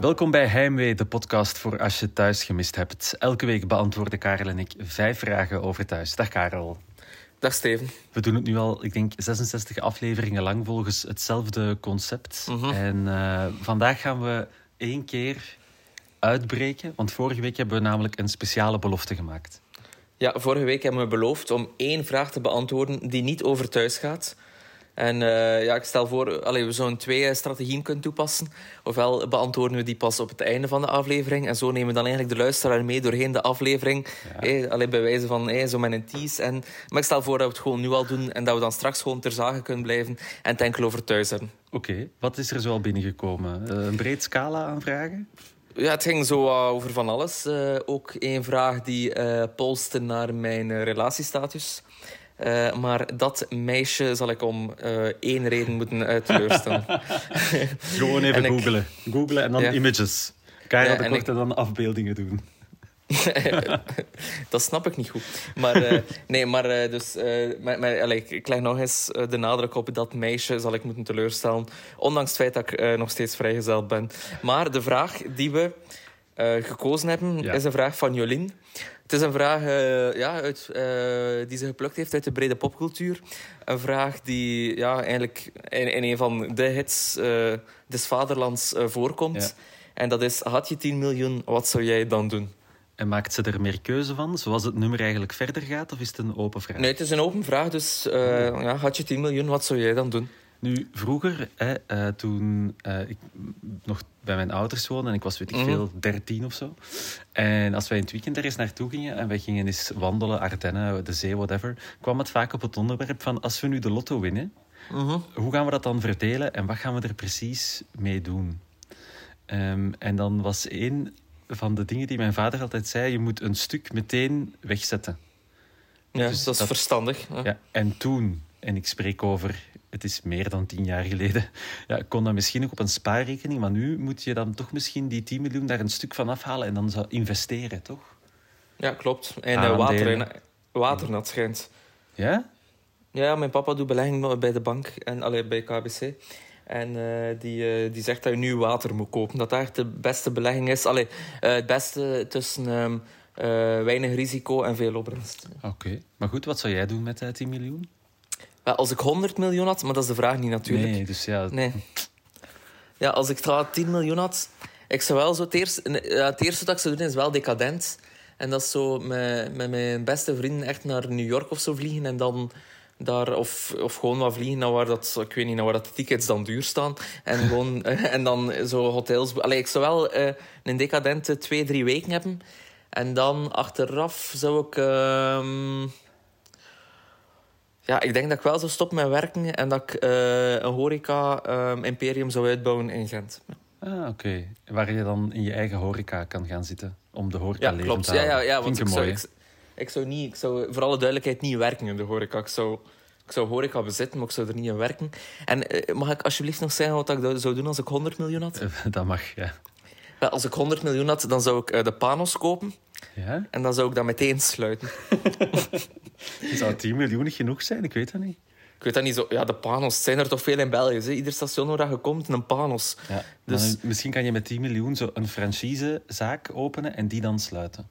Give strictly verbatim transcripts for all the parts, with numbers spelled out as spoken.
Welkom bij Heimwee, de podcast voor als je thuis gemist hebt. Elke week beantwoorden Karel en ik vijf vragen over thuis. Dag Karel. Dag Steven. We doen het nu al, ik denk, zesenzestig afleveringen lang volgens hetzelfde concept. Mm-hmm. En uh, vandaag gaan we één keer uitbreken, want vorige week hebben we namelijk een speciale belofte gemaakt. Ja, vorige week hebben we beloofd om één vraag te beantwoorden die niet over thuis gaat. En uh, ja, ik stel voor, allee, we zo'n twee strategieën kunnen toepassen. Ofwel beantwoorden we die pas op het einde van de aflevering. En zo nemen we dan eigenlijk de luisteraar mee doorheen de aflevering. Ja. Hey, allee, bij wijze van hey, zo met een tease. En, maar ik stel voor dat we het gewoon nu al doen. En dat we dan straks gewoon ter zake kunnen blijven. En het enkel over thuis hebben. Oké, okay. Wat is er zo al binnengekomen? Uh, een breed scala aan vragen? Ja, het ging zo uh, over van alles. Uh, ook één vraag die uh, polste naar mijn uh, relatiestatus. Uh, maar dat meisje zal ik om uh, één reden moeten uh, teleurstellen. Gewoon even googlen. Ik... Googlen en dan ja. images. Karel ja, de Korte ik... dan afbeeldingen doen. Dat snap ik niet goed. Maar, uh, nee, maar, uh, dus, uh, maar, maar allez, ik leg nog eens uh, de nadruk op dat meisje zal ik moeten teleurstellen. Ondanks het feit dat ik uh, nog steeds vrijgezel ben. Maar de vraag die we uh, gekozen hebben, ja. is een vraag van Jolien. Het is een vraag uh, ja, uit, uh, die ze geplukt heeft uit de brede popcultuur. Een vraag die ja, eigenlijk in, in een van de hits uh, des vaderlands uh, voorkomt. Ja. En dat is, had je tien miljoen, wat zou jij dan doen? En maakt ze er meer keuze van, zoals het nummer eigenlijk verder gaat? Of is het een open vraag? Nee, het is een open vraag. Dus uh, ja, had je tien miljoen, wat zou jij dan doen? Nu, vroeger, hè, uh, toen uh, ik nog bij mijn ouders woonde... en ik was, weet ik veel, dertien of zo. En als wij in het weekend er eens naartoe gingen... en wij gingen eens wandelen, Ardennen, de zee, whatever... kwam het vaak op het onderwerp van... als we nu de lotto winnen, mm-hmm. hoe gaan we dat dan verdelen... en wat gaan we er precies mee doen? Um, en dan was één van de dingen die mijn vader altijd zei... je moet een stuk meteen wegzetten. Ja, dus dat is dat, verstandig. Ja. Ja, en toen, en ik spreek over... het is meer dan tien jaar geleden, ja, kon dat misschien nog op een spaarrekening, maar nu moet je dan toch misschien die tien miljoen daar een stuk van afhalen en dan zou investeren, toch? Ja, klopt. En uh, water, waternat schijnt. Ja? Ja, mijn papa doet belegging bij de bank, en allee, bij K B C. En uh, die, uh, die zegt dat je nu water moet kopen. Dat dat echt de beste belegging is. Allee, uh, het beste tussen um, uh, weinig risico en veel opbrengst. Oké. Okay. Maar goed, wat zou jij doen met uh, tien miljoen? Als ik honderd miljoen had, maar dat is de vraag niet natuurlijk. Nee, dus ja... Nee. Ja, als ik tien miljoen had... Ik zou wel zo... Het eerste, het eerste dat ik zou doen is wel decadent. En dat is zo met, met mijn beste vrienden echt naar New York of zo vliegen. En dan daar... Of, of gewoon wat vliegen naar waar dat... Ik weet niet, naar waar dat de tickets dan duur staan. En gewoon... en dan zo hotels... Allee, ik zou wel uh, een decadente twee, drie weken hebben. En dan achteraf zou ik... Uh, Ja, ik denk dat ik wel zou stoppen met werken en dat ik uh, een horeca-imperium um, zou uitbouwen in Gent. Ah, oké. Okay. Waar je dan in je eigen horeca kan gaan zitten om de horeca ja, levend klopt. te houden. Ja, ja, ja, want Vind ik ik zou, mooi. ik, ik, zou niet, ik zou voor alle duidelijkheid niet werken in de horeca. Ik zou, ik zou horeca bezitten, maar ik zou er niet in werken. En uh, mag ik alsjeblieft nog zeggen wat ik zou doen als ik honderd miljoen had? Uh, dat mag, ja. Wel, als ik honderd miljoen had, dan zou ik uh, de Panos kopen. Ja? En dan zou ik dat meteen sluiten. Zou tien miljoen niet genoeg zijn? Ik weet dat niet. Ik weet dat niet zo. Ja, de Panos. zijn er toch veel in België. Hè? Ieder station waar je komt, een Panos. Ja, dus... Misschien kan je met tien miljoen zo een franchisezaak openen en die dan sluiten.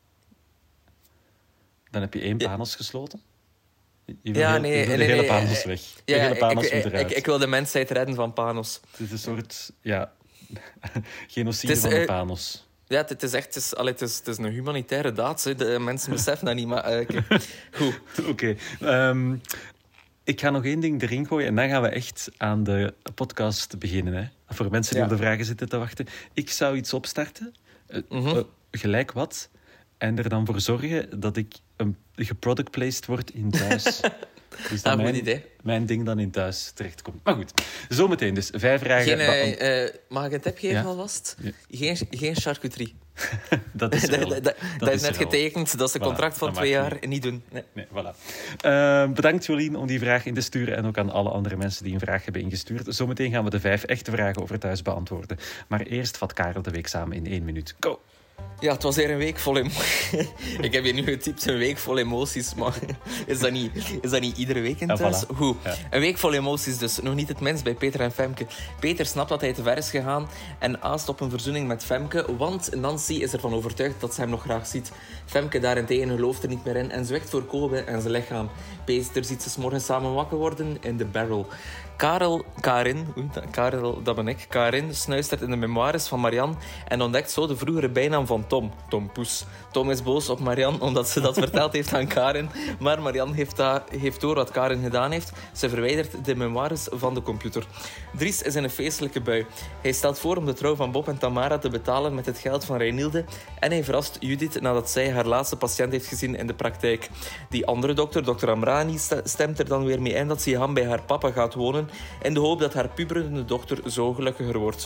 Dan heb je één Panos ja. gesloten. Je wil, ja, heel, nee, je wil nee, de hele nee, Panos nee, weg. Ja, de hele Panos ik, moet ik, eruit. Ik, ik wil de mensheid redden van Panos. Het is een soort... Ja, genocide is, van de uh, Panos. Ja, het is echt het is, allee, het is, het is een humanitaire daad. Hè. De mensen beseffen dat niet, maar... Uh, okay. Goed. Oké. Okay. Um, ik ga nog één ding erin gooien en dan gaan we echt aan de podcast beginnen. Hè. Voor mensen die ja. op de vragen zitten te wachten. Ik zou iets opstarten, uh, mm-hmm. uh, gelijk wat, en er dan voor zorgen dat ik um, geproduct-placed word in thuis. Dus dat ah, mijn, goed idee. mijn ding dan in thuis terechtkomt. Maar goed, zometeen dus. Vijf vragen. Geen, uh, uh, mag ik een tip geven ja? alvast? Ja. Geen, geen charcuterie. dat is wel. dat, dat, dat is net getekend. Dat is een contract voilà, van twee jaar. Niet, niet doen. Nee. Nee, voilà. Uh, bedankt Jolien om die vraag in te sturen. En ook aan alle andere mensen die een vraag hebben ingestuurd. Zometeen gaan we de vijf echte vragen over thuis beantwoorden. Maar eerst vat Karel de week samen in één minuut. Go! Ja, het was weer een week vol emoties. Ik heb hier nu getypt, een week vol emoties, maar is dat niet, is dat niet iedere week in Ja, thuis? voilà. Goed, Ja. een week vol emoties dus. Nog niet het minst bij Peter en Femke. Peter snapt dat hij te ver is gegaan en aast op een verzoening met Femke, want Nancy is ervan overtuigd dat ze hem nog graag ziet. Femke daarentegen gelooft er niet meer in en zwicht voor Kobe en zijn lichaam. Peter ziet ze 's morgens samen wakker worden in de barrel. Karel, Karin, oei, dat- Karel, dat ben ik. Karin snuistert in de memoires van Marianne en ontdekt zo de vroegere bijnaam van Tom, Tom Poes. Tom is boos op Marianne omdat ze dat verteld heeft aan Karin, maar Marianne heeft, dat, heeft door wat Karin gedaan heeft. Ze verwijdert de memoires van de computer. Dries is in een feestelijke bui. Hij stelt voor om de trouw van Bob en Tamara te betalen met het geld van Reinilde en hij verrast Judith nadat zij haar laatste patiënt heeft gezien in de praktijk. Die andere dokter, dokter Amrani, st- stemt er dan weer mee in dat Sihan bij haar papa gaat wonen in de hoop dat haar puberende dochter zo gelukkiger wordt.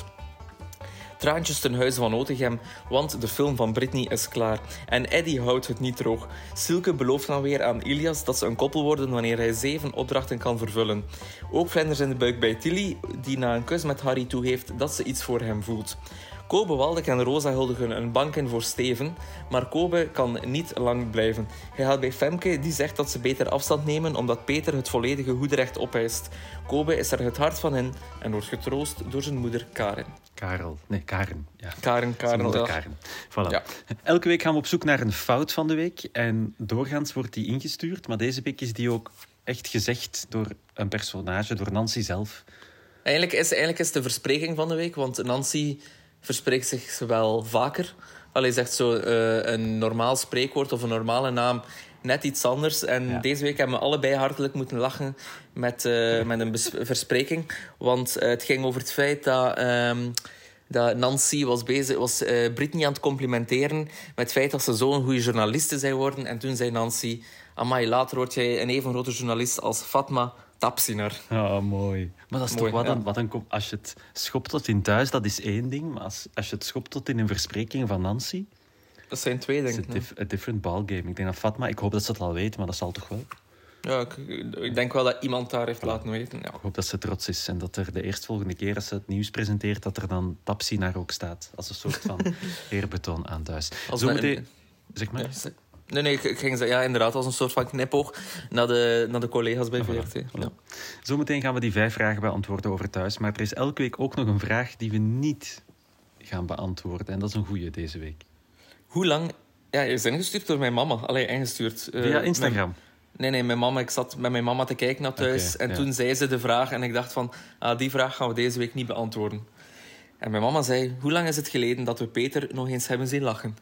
Traantjes ten huize van Otegem, want de film van Britney is klaar. En Eddie houdt het niet droog. Silke belooft dan weer aan Ilias dat ze een koppel worden wanneer hij zeven opdrachten kan vervullen. Ook vlinders in de buik bij Tilly, die na een kus met Harry toegeeft dat ze iets voor hem voelt. Kobe, Waldek en Rosa huldigen een bank in voor Steven, maar Kobe kan niet lang blijven. Hij gaat bij Femke, die zegt dat ze beter afstand nemen omdat Peter het volledige hoederecht opeist. Kobe is er het hart van in en wordt getroost door zijn moeder Karen. Karel. Nee, Karen. Ja. Karen, Zijn Karen, moeder ja. Karen. Voilà. Ja. Elke week gaan we op zoek naar een fout van de week. En doorgaans wordt die ingestuurd. Maar deze week is die ook echt gezegd door een personage, door Nancy zelf. Eigenlijk is, eigenlijk is het de verspreking van de week, want Nancy verspreekt zich wel vaker. Allee, zegt zo eh, een normaal spreekwoord of een normale naam net iets anders. En Ja. deze week hebben we allebei hartelijk moeten lachen met, eh, met een bes- verspreking. Want eh, het ging over het feit dat... ehm, dat Nancy was, bezig, was eh, Britney aan het complimenteren met het feit dat ze zo'n goede journaliste zou worden. En toen zei Nancy... Amai, later word jij een even grote journalist als Fatma Tapsiner. Ja, mooi. Maar dat is Mooi, toch wat, ja. een, wat een... com- Als je het schopt tot in thuis, dat is één ding. Maar als, als je het schopt tot in een verspreking van Nancy, Dat zijn twee, is denk het ik. een dif- een different ballgame. Ik denk dat Fatma... Ik hoop dat ze het al weet, maar dat zal toch wel. Ja, ik, ik denk wel dat iemand daar heeft laten weten. Ja. Ik hoop dat ze trots is. En dat er de eerstvolgende keer dat ze het nieuws presenteert, dat er dan Tapsi naar ook staat. Als een soort van eerbetoon aan thuis. Als Zometeen... een- Zeg maar. Ja, ze- nee, nee, ik, ik ging zeggen, ja, inderdaad, als een soort van knipoog naar de, naar de collega's bij V R T. Ja. Zometeen gaan we die vijf vragen beantwoorden over thuis. Maar er is elke week ook nog een vraag die we niet gaan beantwoorden. En dat is een goeie deze week. Hoe lang... Ja, je is ingestuurd door mijn mama. Allee, ingestuurd. eh, Via Instagram. met- nee, nee, mijn mama, ik zat met mijn mama te kijken naar thuis. Oké, en ja. toen zei ze de vraag en ik dacht van... Ah, die vraag gaan we deze week niet beantwoorden. En mijn mama zei... Hoe lang is het geleden dat we Peter nog eens hebben zien lachen?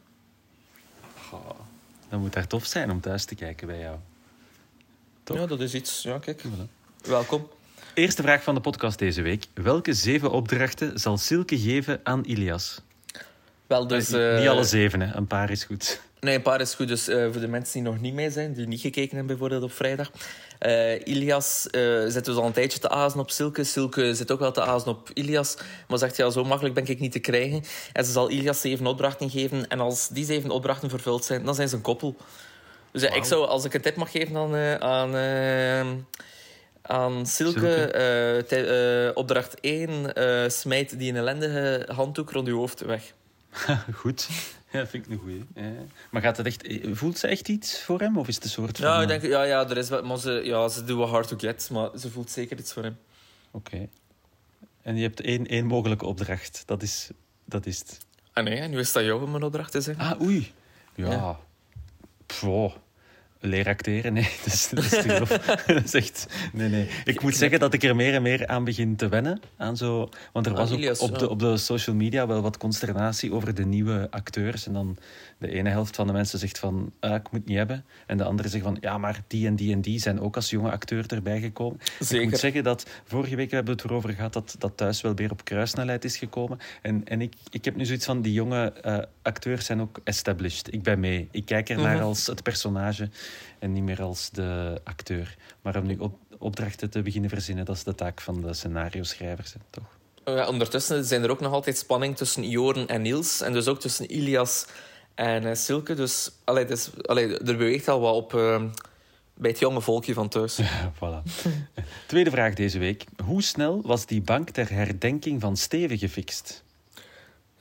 Dat moet daar tof zijn om thuis te kijken bij jou. Toch? Ja, dat is iets... Ja, kijk. Voilà. Welkom. Eerste vraag van de podcast deze week. Welke zeven opdrachten zal Silke geven aan Ilias? Wel, dus... Eh, eh, Niet alle zeven, hè. Een paar is goed. Nee, een paar is goed. Dus eh, voor de mensen die nog niet mee zijn, die niet gekeken hebben bijvoorbeeld op vrijdag. eh, Ilias eh, zit dus al een tijdje te azen op Silke. Silke zit ook wel te azen op Ilias. Maar zegt, ja, zo makkelijk ben ik niet te krijgen. En ze zal Ilias zeven opdrachten geven. En als die zeven opdrachten vervuld zijn, dan zijn ze een koppel. Dus ja, ik zou, als ik een tip mag geven aan, eh, aan, eh, aan Silke... Silke. eh, tij- eh, opdracht één, eh, smijt die een ellendige handdoek rond uw hoofd weg. Goed. Ja, vind ik een goeie. Ja. Maar gaat het echt... Voelt ze echt iets voor hem? Of is het een soort van... Ja, ik denk, ja, ja, er is wat, maar ze, ja, ze doen wat hard to get, maar ze voelt zeker iets voor hem. Oké. En je hebt één, één mogelijke opdracht. Dat is, dat is het. Ah nee, en nu is dat jou om een opdracht te zijn. Ah, oei. Ja. Ja. Pff, oh. Leren acteren? Nee, dat is, dat is te grof. Dat is echt... Nee, nee. Ik moet zeggen dat ik er meer en meer aan begin te wennen. Aan zo... Want er Aan was ook Ilias, op de, ja. op de social media wel wat consternatie over de nieuwe acteurs. En dan de ene helft van de mensen zegt van... Ah, ik moet het niet hebben. En de andere zegt van... Ja, maar die en die en die zijn ook als jonge acteur erbij gekomen. Zeker. Ik moet zeggen dat... Vorige week hebben we het erover gehad dat, dat thuis wel weer op kruissnelheid is gekomen. En, en ik, ik heb nu zoiets van... Die jonge eh, acteurs zijn ook established. Ik ben mee. Ik kijk ernaar Mhm. als het personage... En niet meer als de acteur. Maar om nu op, opdrachten te beginnen verzinnen, dat is de taak van de scenario-schrijvers, hè, toch? Ja, ondertussen zijn er ook nog altijd spanning tussen Joren en Niels. En dus ook tussen Ilias en uh, Silke. Dus allee, dus, allee, er beweegt al wat op uh, bij het jonge volkje van thuis. Voilà. Tweede vraag deze week. Hoe snel was die bank ter herdenking van Steven gefixt?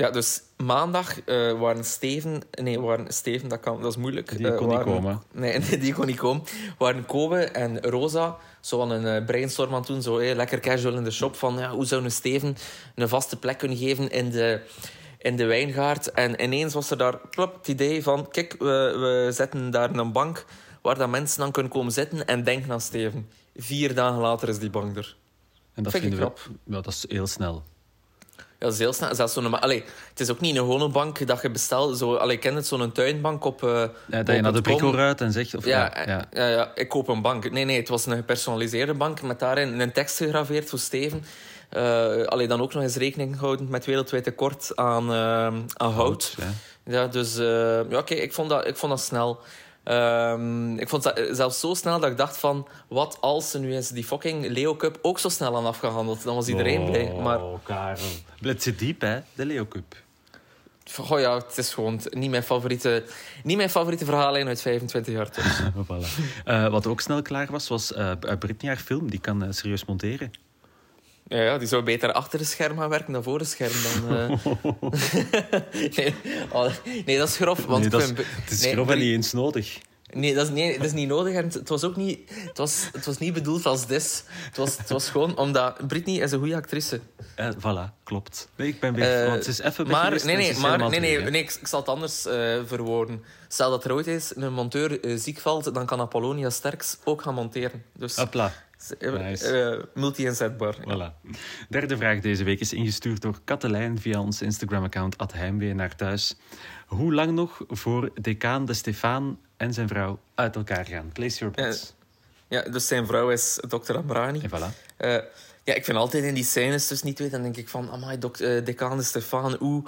Ja, dus maandag uh, waren Steven... Nee, waren Steven, dat, kan, dat is moeilijk. Die kon uh, waren, niet komen. Nee, nee, die kon niet komen. Waren Kobe en Rosa zo aan een uh, brainstorm aan het doen. Zo hey, lekker casual in de shop. Van, ja, hoe zou een Steven een vaste plek kunnen geven in de, in de wijngaard? En ineens was er daar plop, het idee van... Kijk, we, we zetten daar een bank waar dat mensen dan kunnen komen zitten en denken aan Steven. Vier dagen later is die bank er. En dat vind vinden ik we... Ja, dat is heel snel. Ja, dat is heel snel. Zelfs zo'n, allee, het is ook niet een gewone bank dat je bestelt. Zo, allee, ik ken het, zo'n tuinbank op... Uh, ja, dat je naar de prikkel ruidt en zegt... Of ja, ja, ja. Ja, ja, ik koop een bank. Nee, nee, het was een gepersonaliseerde bank met daarin een tekst gegraveerd voor Steven. Uh, allee, dan ook nog eens rekening gehouden met wereldwijd tekort aan, uh, aan hout. hout ja. Ja, dus uh, ja, okay, ik, vond dat, ik vond dat snel. Um, ik vond dat zelfs zo snel dat ik dacht van... Wat als ze nu eens die fucking Leo Cup ook zo snel aan afgehandeld? Dan was iedereen oh, blij. Maar... Oh, Karel. Het zit diep, hè, de Leo Cup. Oh ja, het is gewoon niet mijn favoriete, niet mijn favoriete verhaallijn uit vijfentwintig jaar terug. Voilà. Uh, wat ook snel klaar was, was uh, Britney haar film. Die kan uh, serieus monteren. Ja, ja, die zou beter achter het scherm gaan werken dan voor het scherm. Dan, uh... nee, oh, nee, dat is grof. Want nee, dat is, vind... het is nee, grof en niet eens nodig. Nee, dat is niet, dat is niet nodig. En het, was ook niet, het, was, het was niet bedoeld als dis. Het was, het was gewoon omdat... Britney is een goede actrice. Uh, voilà, klopt. Nee, ik ben weg, uh, want het is even weg maar, geweest, nee, nee, maar, nee, nee, terug, nee, ik, ik zal het anders uh, verwoorden. Stel dat er ooit is een monteur uh, ziek valt, dan kan Apollonia Sterks ook gaan monteren. Dus... Hopla. Nice. Uh, multi-inzetbaar. Voilà. Derde vraag deze week is ingestuurd door Katelijn via ons Instagram-account at heimwee naar thuis. Hoe lang nog voor decaan de Stefaan en zijn vrouw uit elkaar gaan? Place your bets. Ja, ja, dus zijn vrouw is dokter Amrani. En voilà. Uh, ja, ik vind altijd in die scènes dus niet weet, dan denk ik van, amai, dok- uh, decaan de Stefaan, hoe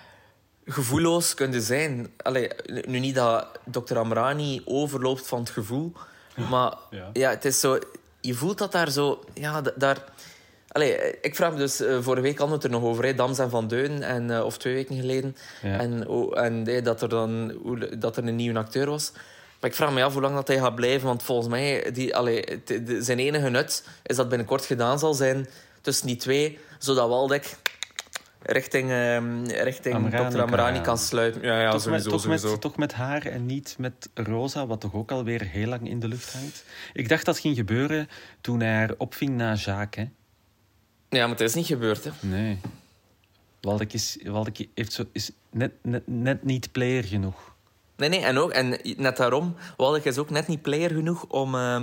gevoelloos kunnen zijn. Allee, nu niet dat dokter Amrani overloopt van het gevoel, maar ja, ja het is zo... Je voelt dat daar zo... Ja, d- daar... Allee, ik vraag me dus... Uh, vorige week hadden we het er nog over, hè, Dams en Van Deun. En, uh, of twee weken geleden. Ja. En, oh, en hey, dat, er dan, dat er een nieuwe acteur was. Maar ik vraag me af hoe lang dat hij gaat blijven. Want volgens mij... Die, allee, t- de, zijn enige nut is dat binnenkort gedaan zal zijn tussen die twee. Zodat Waldeck richting, uh, richting dokter Amrani kan, kan sluiten. Ja, ja, toch, sowieso, met, toch, sowieso. Met, toch met haar en niet met Rosa, wat toch ook alweer heel lang in de lucht hangt. Ik dacht dat ging gebeuren toen hij haar opving na Jacques. Hè? Ja, maar het is niet gebeurd. Hè? Nee. Waldeck is, Waldeck heeft zo, is net, net, net niet player genoeg. Nee, nee, en, ook, en net daarom, Waldeck is ook net niet player genoeg om... Uh,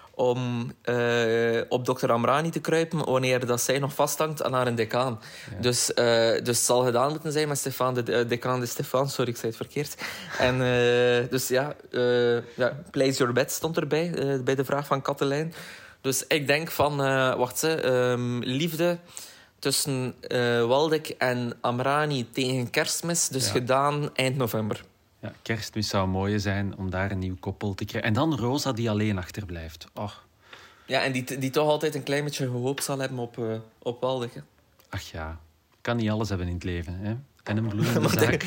om uh, op dokter Amrani te kruipen wanneer dat zij nog vasthangt aan haar decaan. Ja. Dus, uh, dus het zal gedaan moeten zijn met Stefan, de uh, decaan de Stefan. Sorry, ik zei het verkeerd. En uh, dus ja, uh, ja, place your bet stond erbij, uh, bij de vraag van Katelijn. Dus ik denk van, uh, wacht ze, um, liefde tussen uh, Waldeck en Amrani tegen Kerstmis. Dus ja. Gedaan eind november. Ja, Kerstmis zou mooi zijn om daar een nieuw koppel te krijgen. En dan Rosa die alleen achterblijft. Oh. Ja, en die, die toch altijd een klein beetje gehoopt zal hebben op, uh, op Waldeck. Hè? Ach ja, kan niet alles hebben in het leven. Hè? En een bloeiende zaak.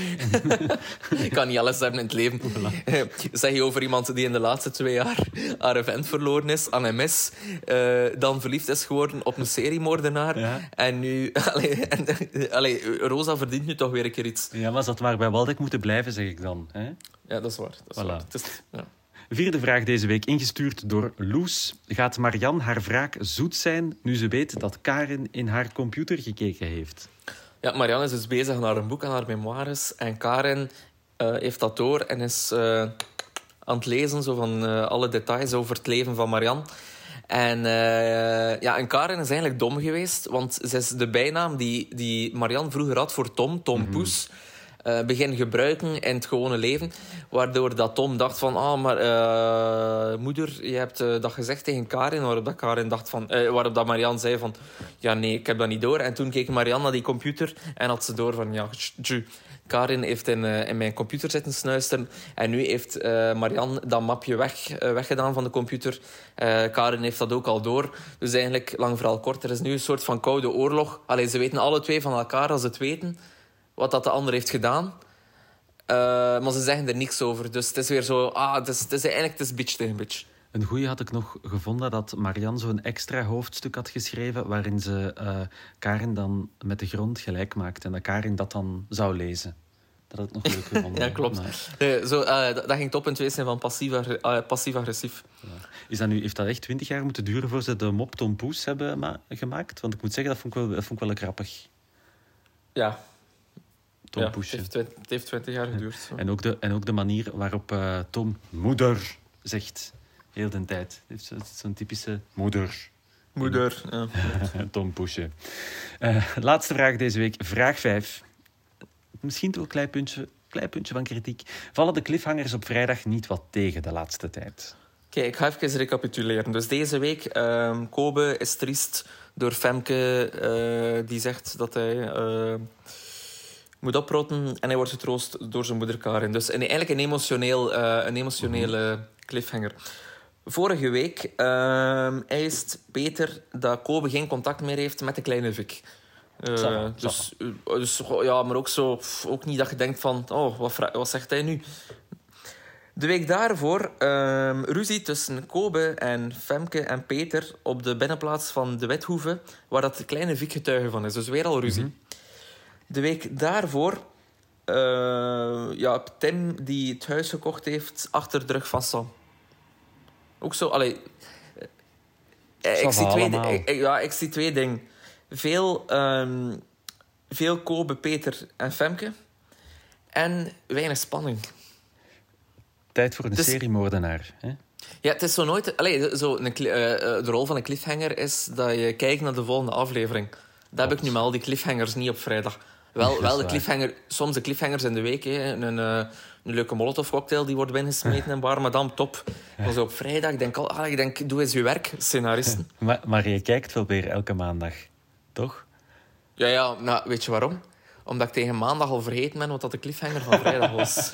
Ik kan niet alles hebben in het leven. Voilà. Zeg je over iemand die in de laatste twee jaar haar vent verloren is aan M S, uh, dan verliefd is geworden op een seriemoordenaar. Ja. En nu... Allee, en, allee, Rosa verdient nu toch weer een keer iets. Ja, maar ze had maar bij Waldeck moeten blijven, zeg ik dan. Hè? Ja, dat is waar. Dat is voilà. waar. Het is, ja. Vierde vraag deze week, ingestuurd door Loes. Gaat Marianne haar wraak zoet zijn nu ze weet dat Karen in haar computer gekeken heeft? Ja, Marianne is dus bezig aan haar boek, aan haar memoires. En Karen uh, heeft dat door en is uh, aan het lezen zo van uh, alle details over het leven van Marianne. En, uh, ja, en Karen is eigenlijk dom geweest, want ze is de bijnaam die, die Marianne vroeger had voor Tom, Tom mm-hmm. Poes, uh, begin gebruiken in het gewone leven. Waardoor dat Tom dacht van, ah, maar uh, moeder, je hebt uh, dat gezegd tegen Karen. Waarop dat Karen dacht van, uh, waarop dat Marianne zei van, ja nee, ik heb dat niet door. En toen keek Marianne naar die computer en had ze door van, ja, tju, Karen heeft in, uh, in mijn computer zitten snuisteren. En nu heeft uh, Marianne dat mapje weg, uh, weggedaan van de computer. Uh, Karen heeft dat ook al door. Dus eigenlijk, lang verhaal kort, er is nu een soort van koude oorlog. Allee, ze weten alle twee van elkaar als ze het weten wat dat de ander heeft gedaan. Uh, maar ze zeggen er niks over. Dus het is weer zo... Ah, het is, het is eigenlijk het is bitch tegen bitch. Een goeie had ik nog gevonden dat Marianne zo'n extra hoofdstuk had geschreven waarin ze uh, Karin dan met de grond gelijk maakt en dat Karin dat dan zou lezen. Dat had ik nog leuk gevonden. Ja, klopt. Maar... Nee, zo, uh, dat, dat ging top in het wezen van passief-agressief. Uh, passief ja. Is dat nu, heeft dat echt twintig jaar moeten duren voor ze de mop Tom Poes hebben ma- gemaakt? Want ik moet zeggen, dat vond ik wel, dat vond ik wel grappig. Ja. Tom ja, Poesje. Het heeft, het heeft twintig jaar geduurd. Zo. En, ook de, en ook de manier waarop uh, Tom moeder zegt, heel de tijd. Heeft zo, zo'n typische moeder. Moeder, ja. Tom Poesje. Uh, laatste vraag deze week, vraag vijf. Misschien toch een klein puntje, klein puntje van kritiek. Vallen de cliffhangers op vrijdag niet wat tegen de laatste tijd? Oké, okay, ik ga even recapituleren. Dus deze week, um, Kobe is triest door Femke, uh, die zegt dat hij uh, moet oprotten en hij wordt getroost door zijn moeder Karin. Dus een, eigenlijk een, emotioneel, uh, een emotionele mm-hmm. cliffhanger. Vorige week uh, eist Peter dat Kobe geen contact meer heeft met de kleine Vic. Uh, Zama, dus, uh, dus ja, maar ook zo, pff, ook niet dat je denkt van, oh, wat, vra- wat zegt hij nu? De week daarvoor uh, ruzie tussen Kobe en Femke en Peter op de binnenplaats van de Wethoeve, waar dat de kleine Vic getuige van is. Dus weer al ruzie. Mm-hmm. De week daarvoor, uh, ja, Tim die het huis gekocht heeft achter de rug van Sam. Ook zo, allee. Uh, ik, zie twee, ik, ja, ik zie twee dingen. Veel, um, veel Kobe, Peter en Femke. En weinig spanning. Tijd voor een dus, seriemoordenaar. Hè? Ja, het is zo nooit... Allee, zo een, uh, de rol van een cliffhanger is dat je kijkt naar de volgende aflevering. Dat heb ik nu met al die cliffhangers niet op vrijdag. Wel, wel de cliffhanger, soms de cliffhangers in de week. Hè. Een, uh, een leuke Molotov-cocktail die wordt binnengesmeten in bar, madame, top. Maar zo op vrijdag, ik denk al, ah, ik denk, doe eens je werk, scenaristen. Maar, maar je kijkt wel weer elke maandag, toch? Ja, ja, nou, weet je waarom? Omdat ik tegen maandag al vergeten ben wat dat de cliffhanger van vrijdag was.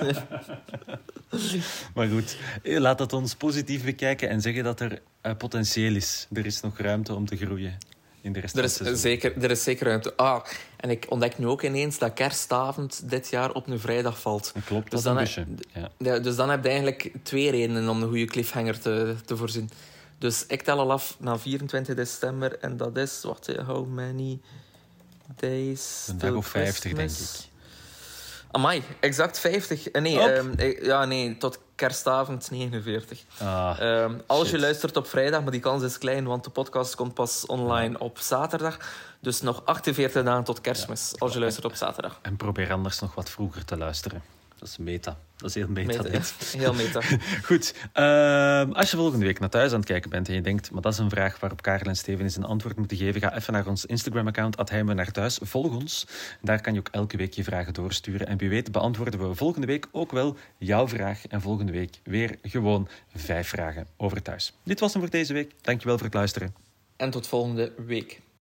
Maar goed, laat het ons positief bekijken en zeggen dat er uh, potentieel is. Er is nog ruimte om te groeien. In de rest er, is zeker, er is zeker ruimte. Ah, en ik ontdek nu ook ineens dat kerstavond dit jaar op een vrijdag valt. Dat klopt, dus dat dan, een busje. Ja. Ja, dus dan heb je eigenlijk twee redenen om een goede cliffhanger te, te voorzien. Dus ik tel al af naar vierentwintig december en dat is... Wacht, how many days een dag of vijftig, denk ik. Amai, exact vijftig. Nee, um, ja, nee, tot kerstavond negenenveertig. Ah, um, als shit. je luistert op vrijdag, maar die kans is klein, want de podcast komt pas online ja. op zaterdag. Dus nog achtenveertig dagen tot Kerstmis, ja. als je luistert op zaterdag. En probeer anders nog wat vroeger te luisteren. Dat is meta. Dat is heel meta. meta heel meta. Goed. Uh, als je volgende week naar thuis aan het kijken bent en je denkt, maar dat is een vraag waarop Karel en Steven eens een antwoord moeten geven, ga even naar ons Instagram-account, at Heimwee naar thuis. Volg ons. Daar kan je ook elke week je vragen doorsturen. En wie weet beantwoorden we volgende week ook wel jouw vraag. En volgende week weer gewoon vijf vragen over thuis. Dit was hem voor deze week. Dankjewel voor het luisteren. En tot volgende week.